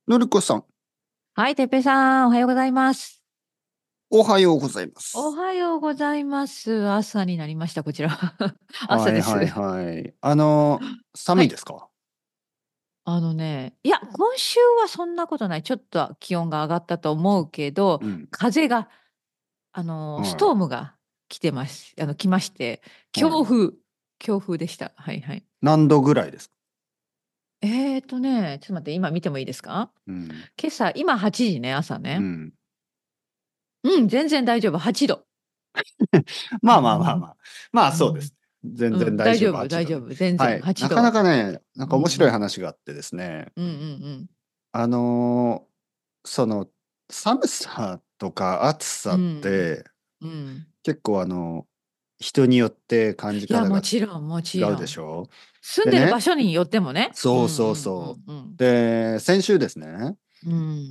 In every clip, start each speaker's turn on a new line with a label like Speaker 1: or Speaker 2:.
Speaker 1: のりこさん、
Speaker 2: はい、てっぺいさん、おはようございます。
Speaker 1: おはようございま
Speaker 2: お
Speaker 1: す。
Speaker 2: はようございます。朝になりました、こちら。朝です。
Speaker 1: はいはいはい。
Speaker 2: はい。
Speaker 1: 寒いですか？
Speaker 2: いや、今週はそんなことない。ちょっと気温が上がったと思うけど、
Speaker 1: うん。
Speaker 2: 風が、スト
Speaker 1: は
Speaker 2: ームが来まして、
Speaker 1: い。はい。
Speaker 2: 強風でした。はいはい。
Speaker 1: 何度ぐらいですか？
Speaker 2: ちょっと待って、今見てもいいですか？
Speaker 1: うん。
Speaker 2: 今朝、今8時ね、朝ね。
Speaker 1: うん。
Speaker 2: うん、全然大丈夫、8度。
Speaker 1: まあまあまあまあ。まあ
Speaker 2: うん。
Speaker 1: そうです。全
Speaker 2: うん、
Speaker 1: 然大丈夫、
Speaker 2: 大丈夫、
Speaker 1: 8度ね。
Speaker 2: 大丈夫。全然
Speaker 1: はい。な
Speaker 2: 8
Speaker 1: かな
Speaker 2: 度。
Speaker 1: かね、なん
Speaker 2: うんう
Speaker 1: か面白い
Speaker 2: ん。
Speaker 1: 話があってですね。
Speaker 2: うんうんうん。
Speaker 1: あのーその、寒さとか暑さっ
Speaker 2: うん、
Speaker 1: て、
Speaker 2: うん。
Speaker 1: 結構人によって感じ
Speaker 2: いや、
Speaker 1: 方が
Speaker 2: もちろんも
Speaker 1: 違
Speaker 2: ちろん。
Speaker 1: うでしょ？
Speaker 2: 住んでる
Speaker 1: でね、
Speaker 2: 場所によってもね。うん
Speaker 1: そうそう
Speaker 2: うんう
Speaker 1: そう。
Speaker 2: んうん。
Speaker 1: で、先週ですね、
Speaker 2: うん。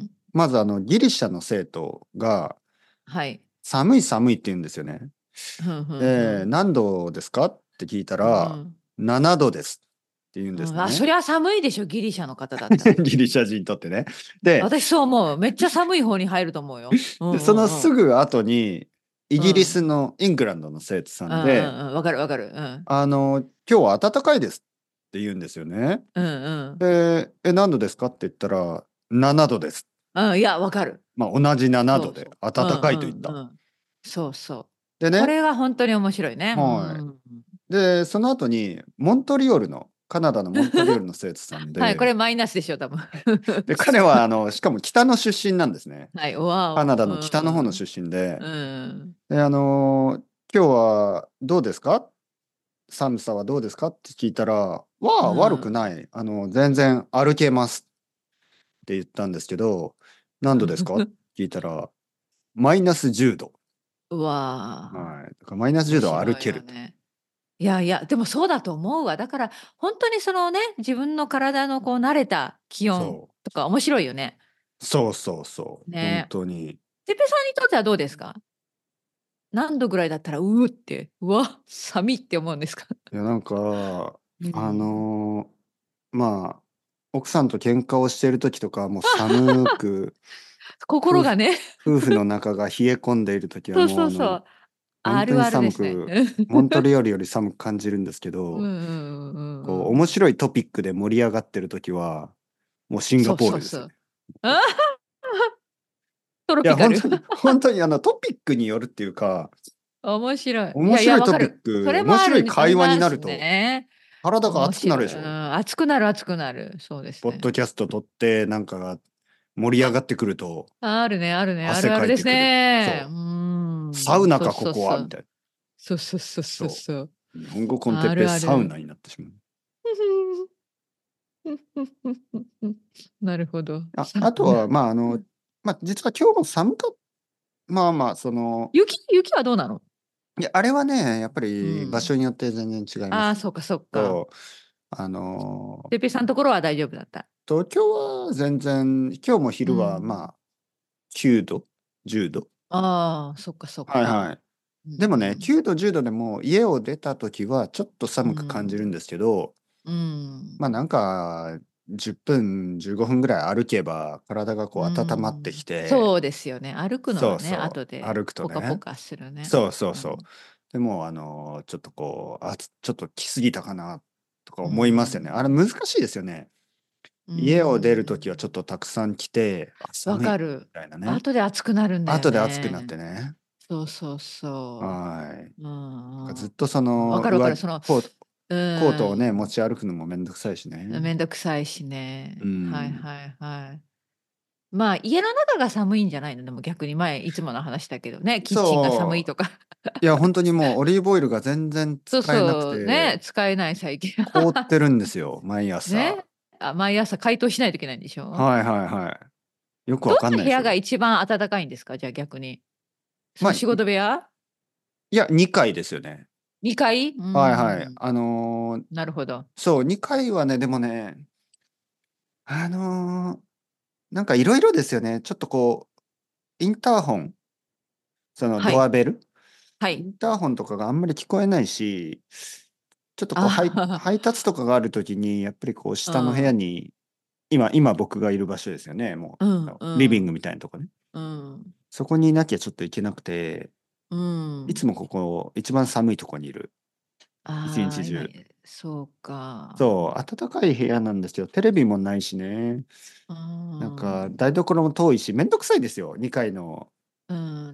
Speaker 1: まずギリシャの生徒が
Speaker 2: はい。
Speaker 1: 寒い寒いって言うんですよね。
Speaker 2: ふんふんふ
Speaker 1: で、
Speaker 2: ん。
Speaker 1: 何度ですかって聞いた
Speaker 2: う
Speaker 1: ら、
Speaker 2: ん。
Speaker 1: 7度ですって言うん
Speaker 2: うん。あ、
Speaker 1: ですね。
Speaker 2: そりゃ寒いでしょ、ギリシャの方だったら。
Speaker 1: ギリシャ人にとってね。で、
Speaker 2: 私そう思う。めっちゃ寒い方に入ると思うよ。うん
Speaker 1: その
Speaker 2: うんうん。
Speaker 1: すぐ後に、イ
Speaker 2: うん。
Speaker 1: ギリスのイングランドの生徒さ
Speaker 2: うんう
Speaker 1: んで、
Speaker 2: んうん。わかるわかる。うん。
Speaker 1: 今日は暖かいですって言うんですよね。
Speaker 2: うんうん。
Speaker 1: で、何度ですかって言ったら、7度です。
Speaker 2: うん、いや、わかる。
Speaker 1: まあ、同じ7度で
Speaker 2: そうそう。う
Speaker 1: 暖かいと言った。
Speaker 2: んうんうん。そうそう。こ
Speaker 1: でね、
Speaker 2: れが本当に面白いね。う
Speaker 1: はい。
Speaker 2: ん。
Speaker 1: で、その後に、カナダのモントリオールの生徒さん
Speaker 2: はい、こ
Speaker 1: で、
Speaker 2: れマイナスでしょ、多分。
Speaker 1: で、彼は、しかも北の出身なんですね。
Speaker 2: はい、わ
Speaker 1: カナ
Speaker 2: お。う
Speaker 1: ダの北の方の
Speaker 2: ん。
Speaker 1: 出身で、
Speaker 2: うん。
Speaker 1: で、今日はどうですか？寒さはどうですかって聞いたら、
Speaker 2: う
Speaker 1: 悪くな
Speaker 2: ん。
Speaker 1: い。全然歩けますって言ったんですけど、何度ですかって聞いたら、マイナス10度。
Speaker 2: うわ
Speaker 1: はい。だからマイナス
Speaker 2: ー、
Speaker 1: 10度は歩
Speaker 2: 面白い
Speaker 1: けると。
Speaker 2: よね。いやいや、でもそうだと思うわ。だから、本当にそのね、自分の体のこう慣れた気温
Speaker 1: そ
Speaker 2: とか面白いよね。
Speaker 1: そうそうそう。本
Speaker 2: ね。
Speaker 1: 当に。
Speaker 2: てっぺいさんにとってはどうですか？何度ぐらいだったら、うわ、寒いって思うんですか？
Speaker 1: いや、なんか、
Speaker 2: う
Speaker 1: あ
Speaker 2: ん。
Speaker 1: のまあ、奥さんと喧嘩をしている時とか、もう寒く、夫婦、
Speaker 2: 心がね。
Speaker 1: 夫婦の仲が冷え込んでいる時は
Speaker 2: そう
Speaker 1: もう
Speaker 2: そうそう。ある
Speaker 1: 本当に
Speaker 2: あるですね。
Speaker 1: 寒く、モントリオールより寒く感じるんですけ
Speaker 2: うん
Speaker 1: ど、
Speaker 2: うんうんうんうん。
Speaker 1: 面白いトピックで盛り上がってる時は、もうシンガ
Speaker 2: そう
Speaker 1: ポールですよね。
Speaker 2: そうそう。あ、トロ
Speaker 1: いや、
Speaker 2: ピカル。
Speaker 1: 本当にトピックによるっていうか、
Speaker 2: 面白い。い
Speaker 1: 面
Speaker 2: やいや、
Speaker 1: 白いトピッ
Speaker 2: わかる。そ
Speaker 1: ク、
Speaker 2: れも
Speaker 1: 面白い
Speaker 2: あり
Speaker 1: 会話に
Speaker 2: ます
Speaker 1: なると、
Speaker 2: ね。
Speaker 1: 体が熱くな
Speaker 2: 面白い。うん、
Speaker 1: るでしょ？
Speaker 2: 熱くなる熱くなる。そうです
Speaker 1: ポッ
Speaker 2: ね。
Speaker 1: ドキャスト撮ってなんかが盛り上がってくると、
Speaker 2: あるね、あるね、あ
Speaker 1: 汗
Speaker 2: るあるです
Speaker 1: かいてくる。
Speaker 2: ね。う
Speaker 1: そう。サウ
Speaker 2: ん、そう
Speaker 1: ナか、ここは、
Speaker 2: そうそう。
Speaker 1: みたいな。
Speaker 2: そうそうそうそう
Speaker 1: そ
Speaker 2: そう。
Speaker 1: う。日本語コンテッ
Speaker 2: あ
Speaker 1: ペ
Speaker 2: るある。
Speaker 1: サウナになってしまう。
Speaker 2: なるほど。
Speaker 1: あとは、まあ、
Speaker 2: うん。
Speaker 1: 実は今日もまあまあ、
Speaker 2: 雪はどうなの？
Speaker 1: いや、あれはね、やっぱり場
Speaker 2: うん。
Speaker 1: 所によって全然違いま
Speaker 2: ああ、
Speaker 1: す
Speaker 2: そっかそっか。
Speaker 1: と、あの、
Speaker 2: てっぺいさんのところは大丈夫だった。
Speaker 1: 東京は全然、今日も
Speaker 2: う
Speaker 1: 昼はま
Speaker 2: ん。
Speaker 1: あ、9度、10度。
Speaker 2: ああ、そっかそっか。
Speaker 1: はいはい。
Speaker 2: うん
Speaker 1: でもね、
Speaker 2: うん。
Speaker 1: 9度、10度でも家を出た時はちょっと
Speaker 2: う
Speaker 1: 寒く感じるん
Speaker 2: ん。
Speaker 1: ですけど、
Speaker 2: うん。
Speaker 1: まあなんか10分、15分ぐらい歩けば体が
Speaker 2: う
Speaker 1: こう温まってき
Speaker 2: ん。
Speaker 1: て、
Speaker 2: そうですよね。歩くの
Speaker 1: そう
Speaker 2: はね、
Speaker 1: そう、
Speaker 2: 後で
Speaker 1: 歩くとね、
Speaker 2: ポカポカするね。
Speaker 1: そうそうそう。
Speaker 2: うん。
Speaker 1: でもちょっとちょっと来すぎたかなとか
Speaker 2: う
Speaker 1: 思いますよね。あれ
Speaker 2: ん。
Speaker 1: 難しいですよね。
Speaker 2: う
Speaker 1: 家を出るときは
Speaker 2: ん。
Speaker 1: ちょっとたくさん来て、あ、
Speaker 2: わ
Speaker 1: 寒いみ
Speaker 2: かる。
Speaker 1: たいなね。
Speaker 2: 後で暑くなるんだよ
Speaker 1: 後で暑くなっ
Speaker 2: ね。
Speaker 1: てね。
Speaker 2: そうそうそ
Speaker 1: はい。
Speaker 2: う。うんうん。
Speaker 1: なんかずっと
Speaker 2: わかるわかる。その、う
Speaker 1: コートをね、持
Speaker 2: ん。
Speaker 1: ち歩くのもめんどくさいしね。
Speaker 2: めんどくさいし
Speaker 1: う
Speaker 2: ね。はい
Speaker 1: ん。
Speaker 2: はいはい。まあ、家の中が寒いんじゃないの？でも逆に前、いつもの話だけどね、キッチンが寒い
Speaker 1: そう。
Speaker 2: とか。
Speaker 1: いや、本当にもうオリーブオイルが全然
Speaker 2: そう
Speaker 1: 使えなく
Speaker 2: そう、ね、
Speaker 1: て、
Speaker 2: 使えない最近。
Speaker 1: 凍ってるんですよ、毎
Speaker 2: ね。
Speaker 1: 朝。
Speaker 2: あ、毎朝解凍しないといけないんでしょ？
Speaker 1: はいはいはい。よくわ
Speaker 2: どん
Speaker 1: かんないでしょ。
Speaker 2: な部屋が一番暖かいんですか？じゃあ逆に。そ
Speaker 1: まあ、
Speaker 2: の仕事部屋？
Speaker 1: いや、2階ですよね。
Speaker 2: 2 階？うー
Speaker 1: はいはい。
Speaker 2: ん、なるほど。
Speaker 1: そう、2階はね、でもね、あのーなんかいろいろですよね。ちょっとインターホン、その
Speaker 2: はい、
Speaker 1: ドアベル、
Speaker 2: はい。
Speaker 1: インターホンとかがあんまり聞こえないし、ちょっと
Speaker 2: あ
Speaker 1: 配達とかがあるときに、やっぱり下の部屋
Speaker 2: あ、
Speaker 1: に今僕がいる場所ですよね。もう、
Speaker 2: うんう
Speaker 1: リビング
Speaker 2: ん。
Speaker 1: みたいなとこね。
Speaker 2: うん。
Speaker 1: そこにいなきゃちょっといけなくて、
Speaker 2: うん。
Speaker 1: いつもここ一番寒いとこにいる。一
Speaker 2: ああ、今、
Speaker 1: 日中。
Speaker 2: そうか。
Speaker 1: そう、暖かい部屋なんですよ。テレビもないしね。
Speaker 2: う
Speaker 1: なんか、
Speaker 2: ん。
Speaker 1: 台所も遠いし、めんどくさいですよ。2階の。
Speaker 2: うん、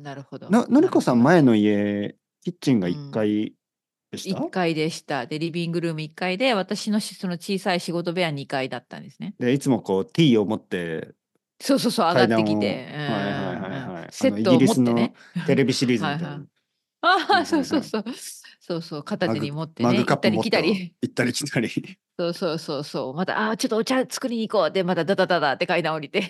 Speaker 2: なるほど。
Speaker 1: のりこさん、
Speaker 2: なるほど。
Speaker 1: 前の家、キッチンが1
Speaker 2: うん。
Speaker 1: 階でした？
Speaker 2: 1階でした。で、リビングルーム1階で、私のその小さい仕事部屋2階だったんですね。
Speaker 1: で、いつもこう、ティーを持って
Speaker 2: そうそうそう、上が
Speaker 1: 階
Speaker 2: ってき
Speaker 1: 段を、
Speaker 2: て、うん
Speaker 1: はいはい
Speaker 2: うんうん。
Speaker 1: はいはい。イギ
Speaker 2: セットを
Speaker 1: リスの
Speaker 2: 持ってね。
Speaker 1: テレビシリーズみたいな。
Speaker 2: はいはい。ああ、
Speaker 1: はいはいはい。
Speaker 2: そうそうそう。そうそう、片手に持ってね、
Speaker 1: マグカップ
Speaker 2: 行ったり来
Speaker 1: 持っては
Speaker 2: たり。
Speaker 1: 行ったり来たり。
Speaker 2: そうそうそうそう。また、ああ、ちょっとお茶作りに行こうで、またダダダダって階段降りて。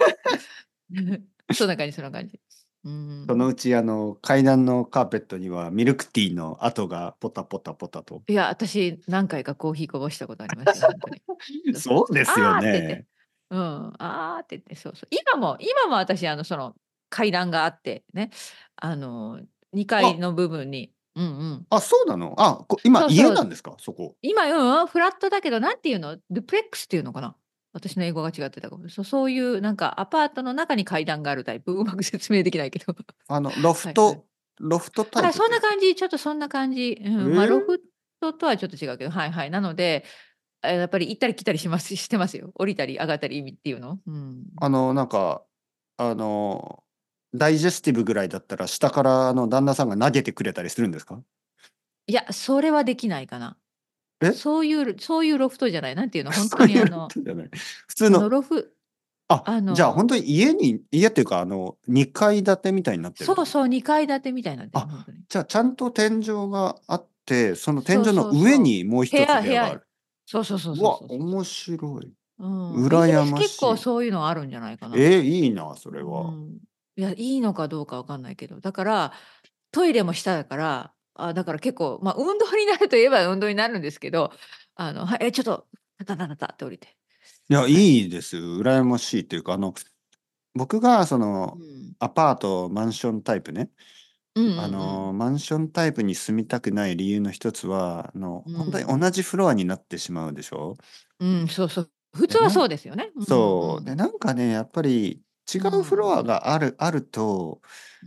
Speaker 2: そんな感じ、そんな感じ。う
Speaker 1: その
Speaker 2: ん。
Speaker 1: うち階段のカーペットにはミルクティーの跡がポタポタポタと。
Speaker 2: いや、私何回かコーヒーこぼしたことありますよ、本当に。そうそうそう。
Speaker 1: そうですよ
Speaker 2: ああって言って。
Speaker 1: ね。
Speaker 2: うん、ああって言って、そうそう。今も私その階段があってね、あの、2階
Speaker 1: あ、
Speaker 2: の部分にうんうん。
Speaker 1: そうなの？今
Speaker 2: そうそう。
Speaker 1: 家なんですか？そこ。
Speaker 2: 今、フラットだけど、なんていうの、ドゥプレックスっていうのかな。私の英語が違ってたかも。そういうなんかアパートの中に階段があるタイプ、うまく説明できないけど。
Speaker 1: ロフ
Speaker 2: はいはい。
Speaker 1: ト、ロフトタイ
Speaker 2: あ、そん
Speaker 1: プっていう。
Speaker 2: な感じ、ちょっとそんな感じ。うん、ま、ロ
Speaker 1: ええ、
Speaker 2: フトとはちょっと違うけど、はいはい。なので、やっぱり行ったり来たりしてますよ。降りたり上がったりっていうの？うん。
Speaker 1: なんか、あの、ダイジェスティブぐらいだったら、下から旦那さんが投げてくれたりするんですか？
Speaker 2: いや、それはできないかな。
Speaker 1: え？
Speaker 2: そういうロフトじゃない。なんていうの、ほんと
Speaker 1: そういうこ
Speaker 2: に
Speaker 1: とじゃない。普通の、
Speaker 2: ロフあ
Speaker 1: じゃあ本
Speaker 2: の
Speaker 1: 当に家っていうか、2階建てみたいになってるの？
Speaker 2: そうそう、2階建てみたいになってる、ほんとに。
Speaker 1: じゃあちゃんと天井があって、その天
Speaker 2: そう
Speaker 1: 井の
Speaker 2: そうそう。
Speaker 1: 上にもう一つ部
Speaker 2: 部屋
Speaker 1: 屋がある。
Speaker 2: そうそうそう
Speaker 1: うわ、
Speaker 2: そうそうそうそう。
Speaker 1: 面白い。
Speaker 2: うん、イギリ
Speaker 1: 羨
Speaker 2: ス結
Speaker 1: ましい。
Speaker 2: 構そういうのあるんじゃないかな。
Speaker 1: いいな、それは。
Speaker 2: うん。いや、いいのかどうかわかんないけど、だから、トイレも下だから、だから結構、ま、運動になると言えば運動になるんですけど、はい、ちょっと、タタタタタって降りて。
Speaker 1: いや、
Speaker 2: はい。
Speaker 1: いいです。羨ましいっていうか、僕が
Speaker 2: うん。
Speaker 1: アパート、マンションタイプね。
Speaker 2: うんうんうん。
Speaker 1: マンションタイプに住みたくない理由の一つは、
Speaker 2: う
Speaker 1: 本当に
Speaker 2: ん。
Speaker 1: 同じフロアになってしまうでしょ。
Speaker 2: うん、そうそう。普通
Speaker 1: で、
Speaker 2: はそうですよね。うんう
Speaker 1: そう。で、
Speaker 2: ん。
Speaker 1: なんかね、やっぱり違
Speaker 2: う
Speaker 1: うフロア
Speaker 2: ん。
Speaker 1: があると、
Speaker 2: うん。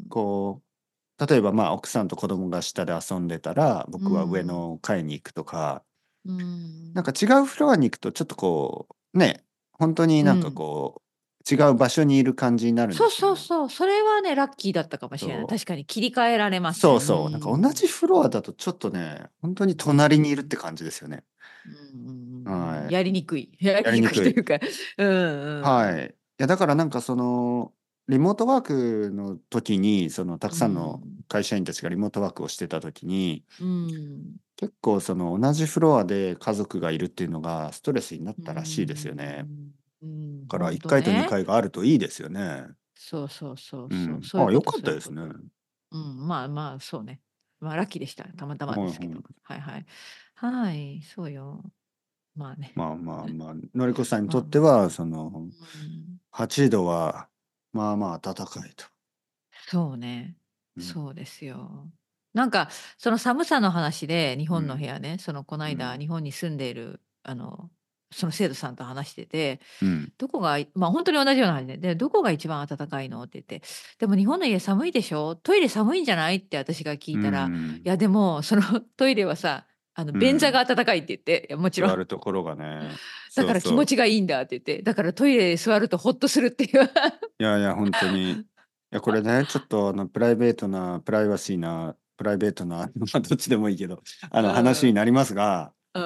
Speaker 1: こ例えば、奥さんと子供が下で遊んでたら、
Speaker 2: う
Speaker 1: 僕は上
Speaker 2: ん。
Speaker 1: の階に行くとか、
Speaker 2: うん。
Speaker 1: なんか違うフロアに行くとちょっとね、本当になんか
Speaker 2: うん。
Speaker 1: 違う場所にいる感じになるん
Speaker 2: そう
Speaker 1: ですよね。
Speaker 2: そうそう。それはね、ラッキーだったかもしれない。
Speaker 1: そう。
Speaker 2: 確かに切り替えられますね。う
Speaker 1: そうそう。なんか同
Speaker 2: ん。
Speaker 1: じフロアだとちょっとね、本当に
Speaker 2: うん。
Speaker 1: 隣にいるって感じですよね。
Speaker 2: うんうんうんうん。
Speaker 1: はい。
Speaker 2: やりにくい。やりに
Speaker 1: やりにくい。
Speaker 2: くいというか、うんうん。
Speaker 1: はい。いや、だからなんかリモートワークの時に、たく
Speaker 2: う
Speaker 1: さんの
Speaker 2: ん。
Speaker 1: 会社員たちがリモートワークをしてた時に、
Speaker 2: うん。
Speaker 1: 結構同じフロアで家族がいるっていうのがストレスになっ
Speaker 2: う
Speaker 1: たらしいですよね。
Speaker 2: ん。うん、
Speaker 1: だから
Speaker 2: ほん
Speaker 1: 1階と
Speaker 2: とね。
Speaker 1: 2階があるといいですよね。
Speaker 2: そうそうそうそう。
Speaker 1: うん。
Speaker 2: そういうこ
Speaker 1: 良
Speaker 2: とそういう
Speaker 1: かったですね。
Speaker 2: こと。うん、まあまあ、そうね。まあ、ラッキーでした。たまたま
Speaker 1: はい
Speaker 2: ですけど。
Speaker 1: はい。
Speaker 2: はいはい。はい、そうよ。まあね。
Speaker 1: まあまあまあ、のりこさんにと
Speaker 2: まあまあ。
Speaker 1: っては、
Speaker 2: うん。
Speaker 1: 8度は、まあまあ暖かいと。
Speaker 2: そうね。
Speaker 1: うん。
Speaker 2: そうですよ。なんか、その寒さの話で、日本の部
Speaker 1: うん。
Speaker 2: 屋ね、こないだ
Speaker 1: うん。
Speaker 2: 日本に住んでいる、その生徒さんと話してて、
Speaker 1: うん。
Speaker 2: どこがまあ、ほんとに同じような話で、「どこが一番暖かいの？」って言って、「でも日本の家寒いでしょ？トイレ寒いんじゃない？」って私が聞
Speaker 1: う
Speaker 2: いたら、「い
Speaker 1: ん。
Speaker 2: やでも、そのトイレはさ、便座
Speaker 1: うん。
Speaker 2: が暖かい」って言って、いやもちろん、
Speaker 1: 座るところがね。
Speaker 2: 「だから気持
Speaker 1: そうそう。
Speaker 2: ちがいいんだ」って言って、「だからトイレ座るとほっとする」っていう。
Speaker 1: いやいや、本当に。いや、これね、ちょっとプライバシーな、プライベートな、どっちでもいいけど、
Speaker 2: うん。
Speaker 1: 話になりますが、
Speaker 2: うん。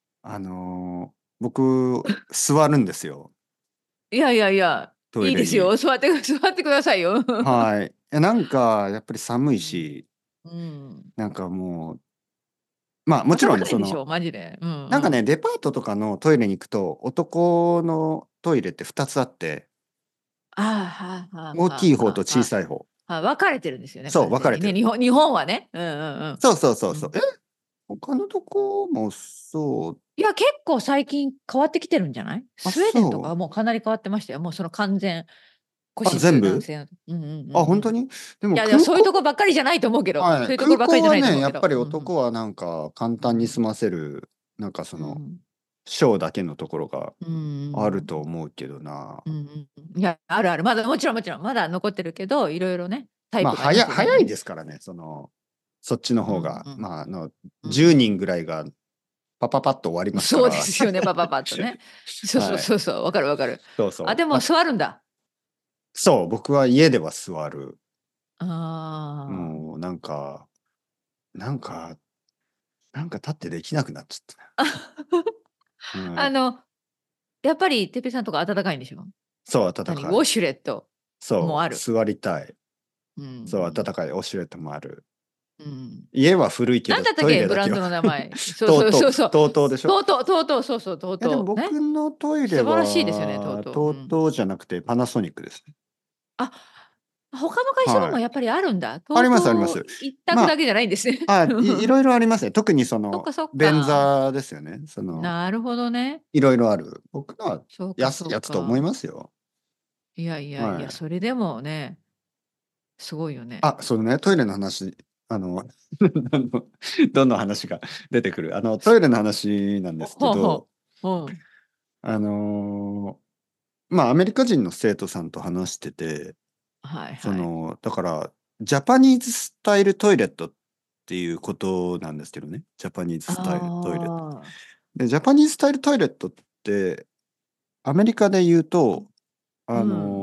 Speaker 1: 僕、座るんですよ、
Speaker 2: いやいやいや、
Speaker 1: トイレに。
Speaker 2: いいですよ。座ってくださいよ。
Speaker 1: はい。なんか、やっぱり寒い
Speaker 2: うん。
Speaker 1: し、
Speaker 2: うん。
Speaker 1: なんかもう、もちろん、
Speaker 2: 暖かいでしょ、マジで。うん
Speaker 1: なんかね、
Speaker 2: うん。
Speaker 1: デパートとかのトイレに行くと、男のトイレって2つあって、
Speaker 2: ああ、はあはあ
Speaker 1: 大
Speaker 2: は
Speaker 1: きい方と
Speaker 2: あはあは
Speaker 1: 小さい方。
Speaker 2: あ。あ、分かれてるんですよね、
Speaker 1: そう、
Speaker 2: 完全にね。
Speaker 1: 分かれてる。
Speaker 2: 日本はね。うんうん
Speaker 1: そうそうそうそう。
Speaker 2: うん。うん。
Speaker 1: 他のとこもそう？
Speaker 2: いや、結構最近変わってきてるんじゃない？スウェーデンとか
Speaker 1: そう。
Speaker 2: はもうかなり変わってましたよ。もうその完全個
Speaker 1: 全部？
Speaker 2: 室男性のうんうんうんうん。
Speaker 1: 本当に？でも
Speaker 2: いやいや、そういうとこばっかりじゃないと思うけど、
Speaker 1: はい、
Speaker 2: そういうとこ
Speaker 1: 空
Speaker 2: ろばっかりじゃ
Speaker 1: 港はね、
Speaker 2: ないと思うけど。
Speaker 1: やっぱり
Speaker 2: うんうん。
Speaker 1: 男はなんか簡
Speaker 2: うん。
Speaker 1: 単に済ませる、なんか
Speaker 2: うん。
Speaker 1: ショーだけのところが
Speaker 2: うん
Speaker 1: あると思うけどな。
Speaker 2: うんうんうん。いや、あるある。まだもちろんもちろん、まだ残ってるけど、いろいろね、タイ
Speaker 1: まあ、
Speaker 2: プがありますよね。
Speaker 1: 早いですからね、そっちの
Speaker 2: うん
Speaker 1: 方が。
Speaker 2: うん
Speaker 1: まあ、10
Speaker 2: うん
Speaker 1: 人ぐらいがパパパッと終わりますか
Speaker 2: そうで
Speaker 1: ら。
Speaker 2: すよね、パパパッとね。そうそう
Speaker 1: はい。
Speaker 2: そうそう、わかるわかる。あ、
Speaker 1: そうそう。
Speaker 2: でも座るんだ。
Speaker 1: そう、僕は家では座る。
Speaker 2: あ
Speaker 1: もう、なんか、立ってできなくなっちゃった
Speaker 2: あ。
Speaker 1: な。はい。
Speaker 2: あの、やっぱりてっぺいさんとこ暖かいんでしょ？
Speaker 1: そう、暖
Speaker 2: 何、ウ
Speaker 1: かい。
Speaker 2: ォシュレットも
Speaker 1: そう、
Speaker 2: ある。
Speaker 1: 座りたい。
Speaker 2: う
Speaker 1: そう、暖
Speaker 2: ん。
Speaker 1: かい。オシュレットもある。
Speaker 2: うん。
Speaker 1: 家は古いけど、
Speaker 2: なんだったっけ、
Speaker 1: トイレだけは
Speaker 2: ブランドの名前。そう
Speaker 1: とうとう、
Speaker 2: そうそうそう。
Speaker 1: とうとうでしょ。
Speaker 2: とうとう、そうそう、とう
Speaker 1: いや、でも
Speaker 2: とう。ね。
Speaker 1: 僕のトイレ
Speaker 2: 素晴らしいですよね、とう
Speaker 1: は、
Speaker 2: とう。うん。
Speaker 1: とうとうじゃなくてパナソニックですね。
Speaker 2: あ、他の会社に
Speaker 1: はい。
Speaker 2: もやっぱりあるんだ。と
Speaker 1: あり
Speaker 2: う
Speaker 1: ますあります。
Speaker 2: とう一択
Speaker 1: ま
Speaker 2: だけじゃないんですね。
Speaker 1: いろいろありますね。特に
Speaker 2: そっかそっ
Speaker 1: 便
Speaker 2: か。
Speaker 1: 座ですよね。
Speaker 2: なるほどね。
Speaker 1: いろいろある。僕のは
Speaker 2: そうかそう
Speaker 1: 安いやつと思い
Speaker 2: か。
Speaker 1: ますよ。
Speaker 2: いやいやいや、
Speaker 1: はい。
Speaker 2: それでもね、すごいよね。
Speaker 1: あ、そのね、トイレの話、どんどんどんどん話が出てくる。トイレの話なんですけ
Speaker 2: ほうほ
Speaker 1: ど、
Speaker 2: う。うん。
Speaker 1: あのまあ、アメリカ人の生徒さんと話してて、
Speaker 2: はいはい。
Speaker 1: だから、ジャパニーズスタイルトイレットっていうことなんですけどね。ジャパニーズ
Speaker 2: あ
Speaker 1: スタイルトイレット。
Speaker 2: あ。
Speaker 1: で、ジャパニーズスタイルトイレットって、アメリカで言うと、
Speaker 2: うん。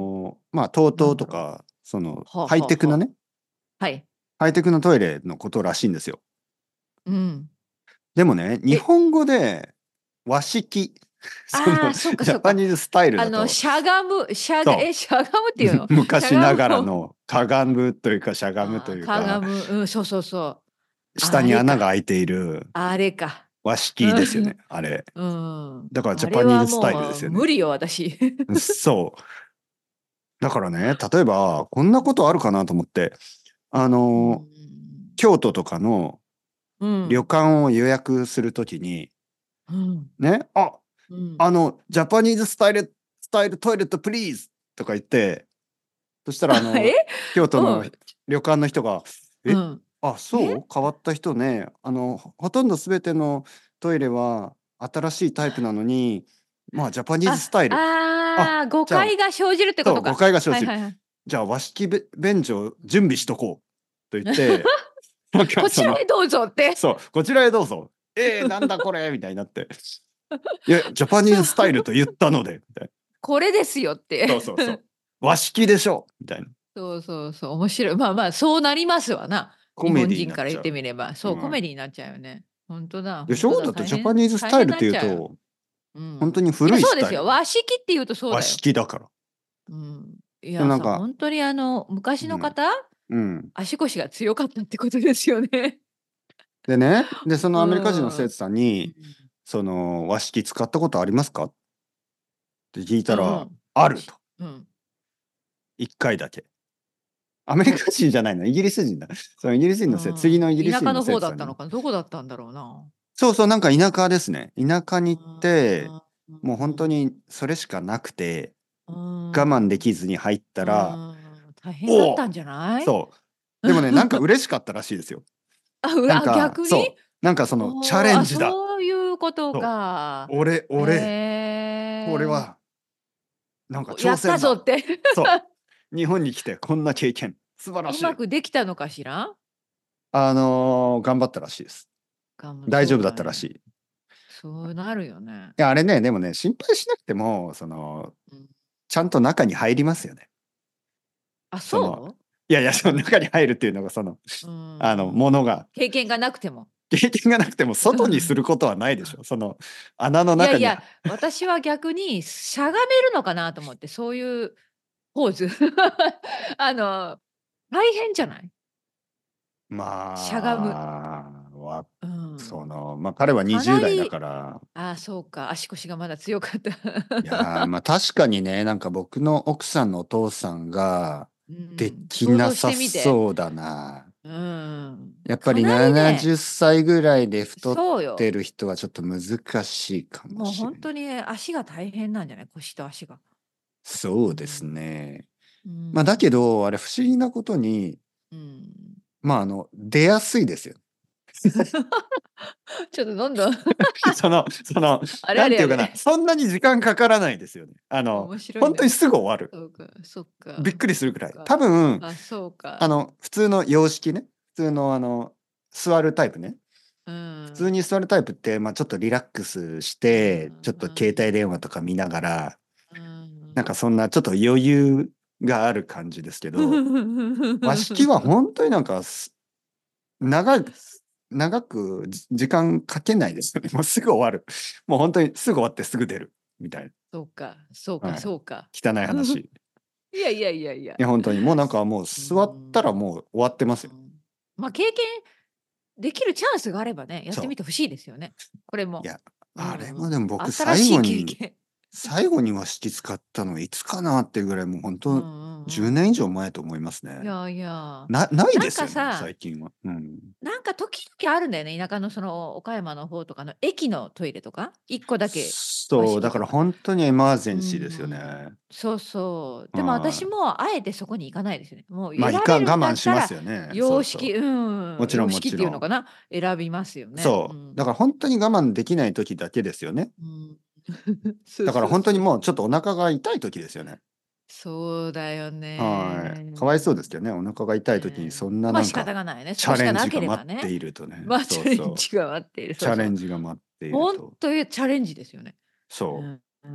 Speaker 1: まあ、TOTO
Speaker 2: なんだろう。
Speaker 1: とか、
Speaker 2: はあ
Speaker 1: ハイ
Speaker 2: はあはあ。
Speaker 1: テクなね、
Speaker 2: はい。
Speaker 1: ハイテクなトイレのことらしいんですよ。
Speaker 2: うん。
Speaker 1: でもね、日
Speaker 2: え、
Speaker 1: 本語で和式、
Speaker 2: ああ、そっかそっか。
Speaker 1: ジャパニーズスタイルだと、
Speaker 2: しゃがむ、
Speaker 1: そ
Speaker 2: しゃがむっていうの？
Speaker 1: う、
Speaker 2: しゃがむ
Speaker 1: 昔ながら
Speaker 2: を
Speaker 1: のかがむというかしゃがむと
Speaker 2: ああ、
Speaker 1: いうか、
Speaker 2: かがむ、うん、そうそうそう。
Speaker 1: 下に
Speaker 2: あれか。
Speaker 1: 穴が開いている
Speaker 2: あれか。
Speaker 1: 和式ですよね、あれ。
Speaker 2: うん。うん。
Speaker 1: だからジャパ
Speaker 2: あれは
Speaker 1: ニーズスタイルで
Speaker 2: もう
Speaker 1: すよね。
Speaker 2: 無理よ、私。
Speaker 1: そう。だからね、例えば、こんなことあるかなと思って、あ
Speaker 2: う
Speaker 1: の、
Speaker 2: ん。
Speaker 1: 京都とかの旅
Speaker 2: うん。
Speaker 1: 館を予約するときに、
Speaker 2: うん。
Speaker 1: ね、
Speaker 2: うん。
Speaker 1: ジャパニーズスタイルトイレットプリーズとか言って、そしたら
Speaker 2: え？
Speaker 1: 京都の
Speaker 2: うん。
Speaker 1: 旅館の人が、え、
Speaker 2: うん。え？
Speaker 1: そう変わった人ね。ほとんどすべてのトイレは新しいタイプなのに、まあ、ジャパニーズスタイル。
Speaker 2: 誤
Speaker 1: じゃあ、
Speaker 2: 解が生じるってこ
Speaker 1: そう、誤
Speaker 2: とか。
Speaker 1: 解が生じる。
Speaker 2: はいはいはい。
Speaker 1: じゃあ、和式便所準備しとこう。と言って、なんか
Speaker 2: こちらへどうぞって。
Speaker 1: そう、こちらへどうぞ。なんだこれみたいになって。いや、ジャパニーズスタイルと言ったので、みたいな。
Speaker 2: これですよって。
Speaker 1: そうそうそう。和式でしょみたいな。
Speaker 2: そうそうそう、面白い。まあまあ、そうなりますわな。日本
Speaker 1: コメディに
Speaker 2: 人から言って
Speaker 1: なっちゃう。
Speaker 2: みれば。そう、コ
Speaker 1: うん。
Speaker 2: メディになっちゃうよね。ほんとだ
Speaker 1: でしょ？
Speaker 2: ほんとだ。
Speaker 1: だってジャパニーズス
Speaker 2: 大
Speaker 1: タイルって
Speaker 2: 変なっちゃうよ。
Speaker 1: 言うと、
Speaker 2: うん。
Speaker 1: 本当に
Speaker 2: いや、
Speaker 1: 古い
Speaker 2: そうですよ。
Speaker 1: スタイル。
Speaker 2: 和式って言うとそう
Speaker 1: 和
Speaker 2: だよ。
Speaker 1: 式だから。
Speaker 2: うん。いやさ、
Speaker 1: でもなんか、
Speaker 2: ほんとに昔
Speaker 1: うん、
Speaker 2: の方、
Speaker 1: うん。
Speaker 2: 足腰が強かったってことですよね。
Speaker 1: でね、で、そ
Speaker 2: う
Speaker 1: のアメリカ人の生
Speaker 2: ん。
Speaker 1: 徒さんに、
Speaker 2: うん。
Speaker 1: 和式使ったことありますかって聞いたら、
Speaker 2: うんうん。
Speaker 1: あると。
Speaker 2: うん。
Speaker 1: 一回だけ。アメリカ人じゃないの、イギリス人だ。そのイギリス人の次のイギリス人の
Speaker 2: 田舎の
Speaker 1: 生徒さんに、
Speaker 2: 方だったのかな、どこだったんだろうな。
Speaker 1: そうそう、なんか田舎ですね。田舎に行っ
Speaker 2: あ
Speaker 1: て、
Speaker 2: あ、う
Speaker 1: もう本当
Speaker 2: ん。
Speaker 1: にそれしかなくて、
Speaker 2: う
Speaker 1: 我慢
Speaker 2: ん。
Speaker 1: できずに入った
Speaker 2: う
Speaker 1: ら、
Speaker 2: ん。大変だっ
Speaker 1: おお！
Speaker 2: たんじゃない？
Speaker 1: そう。でもね、なんか嬉しかったらしいですよ。
Speaker 2: 逆に？
Speaker 1: なんかそのチャ
Speaker 2: おお、
Speaker 1: レンジだ。
Speaker 2: そういうこと
Speaker 1: そう。
Speaker 2: か。
Speaker 1: 俺、これ
Speaker 2: へえ。
Speaker 1: はなんか
Speaker 2: やった
Speaker 1: 挑戦だ。
Speaker 2: ぞって。
Speaker 1: そう。日本に来てこんな経験、素晴らしい。
Speaker 2: うまくできたのかしら？
Speaker 1: 頑張ったらしいです。大丈夫だ
Speaker 2: そうだね。
Speaker 1: ったらしい。
Speaker 2: そうなるよね。
Speaker 1: いや、あれね、でもね、心配しなくても、
Speaker 2: うん。
Speaker 1: ちゃんと中に入りますよね。
Speaker 2: あ、
Speaker 1: その、
Speaker 2: そう？
Speaker 1: いやいや、その
Speaker 2: うん。
Speaker 1: 中に入るっていうのが、
Speaker 2: うんうん。
Speaker 1: ものが、
Speaker 2: 経験がなくても。
Speaker 1: 経験がなくても外にすることはないでしょ。穴の中に
Speaker 2: いやいや、私は逆にしゃがめるのかなと思って、そういうポーズ。あの、大変じゃない？しゃがむ。
Speaker 1: まあ、
Speaker 2: うん。
Speaker 1: まあ、彼は
Speaker 2: か
Speaker 1: 20代だ
Speaker 2: なり、
Speaker 1: から
Speaker 2: ああ、そうか、足腰がまだ強かった。
Speaker 1: いやー、まあ確かにね、なんか僕の奥さんのお父さんが
Speaker 2: う
Speaker 1: で
Speaker 2: ん、
Speaker 1: きなさ
Speaker 2: 想像してみて。
Speaker 1: そうだな。
Speaker 2: うん。
Speaker 1: やっぱり
Speaker 2: かなり
Speaker 1: 70
Speaker 2: ね、
Speaker 1: 歳ぐらいで太っ
Speaker 2: そうよ。
Speaker 1: てる人はちょっと難しいかも
Speaker 2: もう
Speaker 1: しれない。
Speaker 2: ほんとに足が大変なんじゃない？腰と足が。
Speaker 1: そうです
Speaker 2: うん。
Speaker 1: ね。
Speaker 2: う
Speaker 1: まあだけ
Speaker 2: ん。
Speaker 1: ど、あれ不思議なことに、
Speaker 2: うん。
Speaker 1: まあ出やすいですよ。
Speaker 2: ちょっとどんどんあれ
Speaker 1: なんていうかな、
Speaker 2: あれあれ。
Speaker 1: そんなに時間かからないですよね。
Speaker 2: 面白いね。
Speaker 1: ほんとにすぐ終わる。
Speaker 2: そうか、そっ
Speaker 1: びっ
Speaker 2: か、
Speaker 1: くりするくらい。
Speaker 2: そっか。
Speaker 1: 多分、
Speaker 2: あ、そうか。
Speaker 1: 普通の洋式ね、普通の座るタイプね。
Speaker 2: う
Speaker 1: 普通
Speaker 2: ん。
Speaker 1: に座るタイプって、ま、ちょっとリラックスし
Speaker 2: うんう
Speaker 1: て、ちょっと携帯
Speaker 2: ん
Speaker 1: 電話とか見ながら、
Speaker 2: うん。
Speaker 1: なんかそんなちょっと余裕がある感じですけど、和式はほんとになんか、長い長く時間かけないですよね。もうすぐ終わる。もうほんとにすぐ終わってすぐ出るみたい
Speaker 2: そうか、そうか、
Speaker 1: な。はい。
Speaker 2: そうか。
Speaker 1: 汚い話。
Speaker 2: いやいやいやいや。
Speaker 1: いや、ほんとにもうなんかもう
Speaker 2: うー
Speaker 1: 座ったら
Speaker 2: ん。
Speaker 1: もう終わってますよ。
Speaker 2: うん。ま、経験できるチャンスがあればね、やって
Speaker 1: そう。
Speaker 2: みて欲しいですよね。これも。
Speaker 1: いや、
Speaker 2: うん
Speaker 1: あれ
Speaker 2: うん。
Speaker 1: もでも僕
Speaker 2: 新しい経験。
Speaker 1: 最後に和式使ったのいつかなっていうぐらい、もうほん
Speaker 2: うんう
Speaker 1: と10
Speaker 2: んうん。
Speaker 1: 年以上前と思いますね。
Speaker 2: いやいや。
Speaker 1: ない
Speaker 2: なん
Speaker 1: ですよね、
Speaker 2: かさ、
Speaker 1: 最近は。うん。
Speaker 2: なんか時々あるんだよね、田舎のその岡山の方とかの駅のトイレとか、1個だけ和
Speaker 1: そう、だから
Speaker 2: 式とか。
Speaker 1: ほんとにエマージ
Speaker 2: う
Speaker 1: ェンシーですよ
Speaker 2: ん。
Speaker 1: ね。
Speaker 2: そうそう。でも私
Speaker 1: はい。
Speaker 2: もあえてそこに行かないですよね。もう
Speaker 1: ま、
Speaker 2: 選べるんだ
Speaker 1: 我慢し
Speaker 2: ったら、
Speaker 1: ますよね。そうそう。
Speaker 2: 洋式
Speaker 1: もちろん
Speaker 2: 洋式っ
Speaker 1: もちろん。
Speaker 2: ていうのかな、選びますよね。う
Speaker 1: そう。だから
Speaker 2: ん。
Speaker 1: ほんとに我慢できない時だけですよね。
Speaker 2: うん。そう
Speaker 1: だから
Speaker 2: そう
Speaker 1: ほんとにもうちょっ
Speaker 2: そうそう。
Speaker 1: とお腹が痛い時ですよね。
Speaker 2: そうだよ
Speaker 1: はい。かわいそうで
Speaker 2: ね。
Speaker 1: すけどね、お腹が痛い時にそんな
Speaker 2: ま、仕
Speaker 1: なんか、
Speaker 2: 方がないね。そ
Speaker 1: チャレン
Speaker 2: こしかなけ
Speaker 1: ジが待って
Speaker 2: ればね。
Speaker 1: いるとね。
Speaker 2: ま、チャレン
Speaker 1: そうそう。
Speaker 2: ジが待っている。
Speaker 1: チャレ
Speaker 2: そうそう。
Speaker 1: ンジが待っている
Speaker 2: ほん
Speaker 1: と。
Speaker 2: とにチャレンジですよね。う
Speaker 1: そう。
Speaker 2: ん、うん。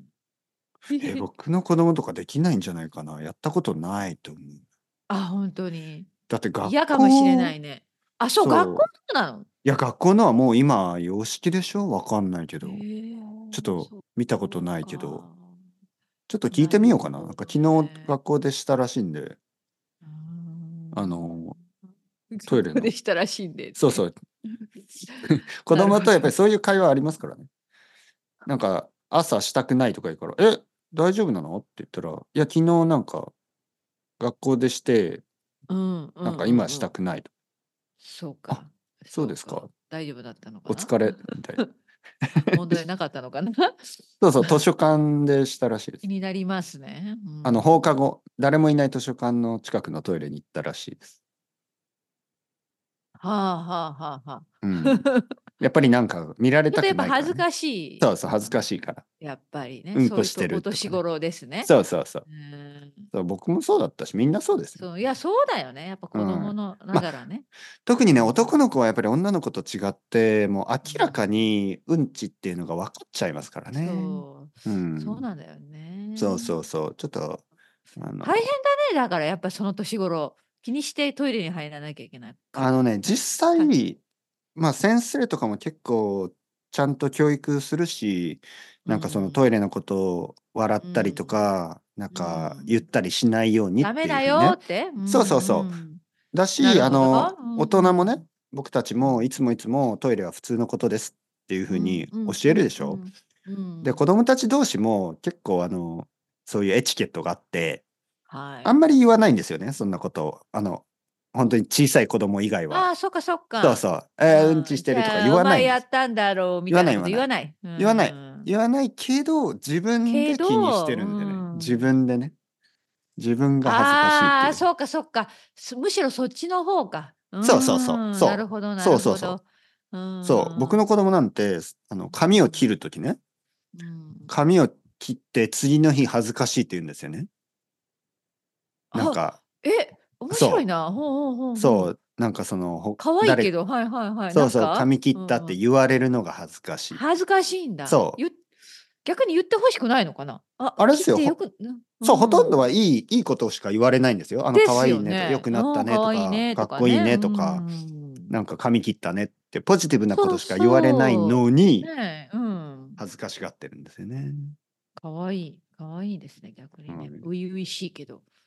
Speaker 1: 僕の子供とかできないんじゃないかな。やったことないと思う。
Speaker 2: あ、ほんとに。
Speaker 1: だって学
Speaker 2: 嫌かもしれな
Speaker 1: 校
Speaker 2: いね。あ、そう、学校
Speaker 1: そう。
Speaker 2: なの？
Speaker 1: いや、学校のはもう今洋式でしょ？わかんないけ
Speaker 2: へ
Speaker 1: ど。
Speaker 2: え、
Speaker 1: ちょっと
Speaker 2: そっ
Speaker 1: 見たことないけど、
Speaker 2: か。
Speaker 1: ちょっと聞い
Speaker 2: なる
Speaker 1: てみようかな。なんか
Speaker 2: ほど
Speaker 1: 昨日
Speaker 2: ね。
Speaker 1: 学校でしたらしいんで、
Speaker 2: うー
Speaker 1: あ
Speaker 2: ん。
Speaker 1: の、トイレの
Speaker 2: 学校でしたらしいんでって。
Speaker 1: そうそう。子
Speaker 2: なるほ
Speaker 1: 供とやっぱり
Speaker 2: ど。
Speaker 1: そういう会話ありますからね。なんか朝したくないとか言うから、「え、大丈夫なの？」って言ったら、「いや、昨日なんか学校でして、
Speaker 2: うんうん
Speaker 1: なんか今
Speaker 2: うんうん。
Speaker 1: したくない」と。
Speaker 2: そう
Speaker 1: 「あ、
Speaker 2: か、そうか。
Speaker 1: そうですか。
Speaker 2: 大丈夫だったのかな？
Speaker 1: お疲れ」みたいな。
Speaker 2: 問題なかったのかな？
Speaker 1: そうそう、図書館でしたらしいです。
Speaker 2: 気になりますね。う
Speaker 1: 放課
Speaker 2: ん。
Speaker 1: 後、誰もいない図書館の近くのトイレに行ったらしいです。
Speaker 2: はあはあはあはあ。
Speaker 1: うん。やっぱりなんか見られた
Speaker 2: ちょっとやっぱ
Speaker 1: くないからね。
Speaker 2: 恥ずかしい。
Speaker 1: そうそう、恥ずかしいから。
Speaker 2: やっぱりね、
Speaker 1: うんこして
Speaker 2: そういうお
Speaker 1: るとかね。
Speaker 2: 年頃ですね。
Speaker 1: そうそうそう。
Speaker 2: うーん。
Speaker 1: そう、僕もそうだったし、みんなそうですよ。
Speaker 2: そう、いや、そうだよね。やっぱ子供
Speaker 1: うん。
Speaker 2: のな
Speaker 1: ま、
Speaker 2: がらね。
Speaker 1: 特にね、
Speaker 2: うん。
Speaker 1: 男の子はやっぱり女の子と違って、もう明らか
Speaker 2: うん。
Speaker 1: にうんちっていうのが分かっちゃいますからね。
Speaker 2: そう、
Speaker 1: うん。
Speaker 2: そうなんだよ
Speaker 1: そう
Speaker 2: ね。
Speaker 1: そうそう。ちょっと、あ
Speaker 2: 大変
Speaker 1: の
Speaker 2: だね、だからやっぱその年頃、気にしてトイレに入らなきゃいけないか
Speaker 1: 実
Speaker 2: か
Speaker 1: 際、ま、先生とかも結構ちゃんと教育するし、
Speaker 2: う
Speaker 1: なんかそのトイ
Speaker 2: ん。
Speaker 1: レのことを笑
Speaker 2: う
Speaker 1: ったりと
Speaker 2: ん。
Speaker 1: か、なん
Speaker 2: う
Speaker 1: か言っ
Speaker 2: ん。
Speaker 1: たりしないようにっていう
Speaker 2: ダメだ
Speaker 1: 風にね。
Speaker 2: よって？うん
Speaker 1: そうそうそう。
Speaker 2: うん。
Speaker 1: だし、
Speaker 2: なるほど。う
Speaker 1: 大人もね、
Speaker 2: ん。
Speaker 1: 僕たち
Speaker 2: うん。
Speaker 1: もいつもいつもトイレは普通のことですっていう
Speaker 2: う
Speaker 1: 風に
Speaker 2: んうん
Speaker 1: 教
Speaker 2: うん
Speaker 1: えるでしょ。
Speaker 2: うん。う
Speaker 1: で、
Speaker 2: ん。
Speaker 1: 子供たち同士も結構そういうエチケットがあって、
Speaker 2: はい。
Speaker 1: あんまり言わないんですよね、そんなことを。ほんとに小さい子供以外は。
Speaker 2: ああ、そっかそっか。
Speaker 1: そうそう。うんち
Speaker 2: うん、
Speaker 1: してるとか
Speaker 2: じゃあ、
Speaker 1: 言
Speaker 2: お前
Speaker 1: わないんです。
Speaker 2: やったんだろうみたいなこと
Speaker 1: 言わない言わない。
Speaker 2: 言わない。う
Speaker 1: 言わない。
Speaker 2: ん。
Speaker 1: 言わないけど、自分
Speaker 2: け
Speaker 1: で気にして
Speaker 2: ど、
Speaker 1: るんでね。
Speaker 2: う
Speaker 1: 自
Speaker 2: ん。
Speaker 1: 分でね。自分が恥ずかしいって
Speaker 2: ああ、
Speaker 1: いう。
Speaker 2: そうかそうか。むしろそっちの方か。
Speaker 1: そうそうそう。
Speaker 2: なる
Speaker 1: そう。
Speaker 2: ほどな
Speaker 1: そうそうそう。
Speaker 2: るほど。う
Speaker 1: そう、僕の
Speaker 2: ん。
Speaker 1: 子供なんて、髪を切る時ね、
Speaker 2: うん。
Speaker 1: 髪を切って次の日恥ずかしいって言うんですよね。なん
Speaker 2: あ、
Speaker 1: か、
Speaker 2: 面白い
Speaker 1: そ
Speaker 2: な。ほうほうほう
Speaker 1: う、
Speaker 2: ほう。
Speaker 1: そう、なんか
Speaker 2: 可愛いけど、はいはいはい。
Speaker 1: そうそう、
Speaker 2: なんか？
Speaker 1: 髪切ったって
Speaker 2: うんうん。
Speaker 1: 言われるのが恥ずかしい。
Speaker 2: 恥ずかしいんだ。
Speaker 1: そう。
Speaker 2: 逆に言って欲しくないのかな？あ、切っ
Speaker 1: あれですよ、
Speaker 2: てよくう
Speaker 1: そう、ほとんどは
Speaker 2: ん。
Speaker 1: いいことしか言われないんですよ。可
Speaker 2: です
Speaker 1: 愛いねとか、良
Speaker 2: よね。
Speaker 1: くなった
Speaker 2: うん、
Speaker 1: ねと
Speaker 2: 可愛い
Speaker 1: か、
Speaker 2: ね
Speaker 1: か
Speaker 2: とかね。う
Speaker 1: っこいいねとか、
Speaker 2: ん。
Speaker 1: なんか髪切ったねってポジティブなこと
Speaker 2: そう
Speaker 1: しか言われない
Speaker 2: そう。
Speaker 1: のに、
Speaker 2: ねえ、うん。
Speaker 1: 恥ずかしがってるんですよね。
Speaker 2: 可愛い可愛いですね、逆にね。
Speaker 1: はい。
Speaker 2: 初々しいけど。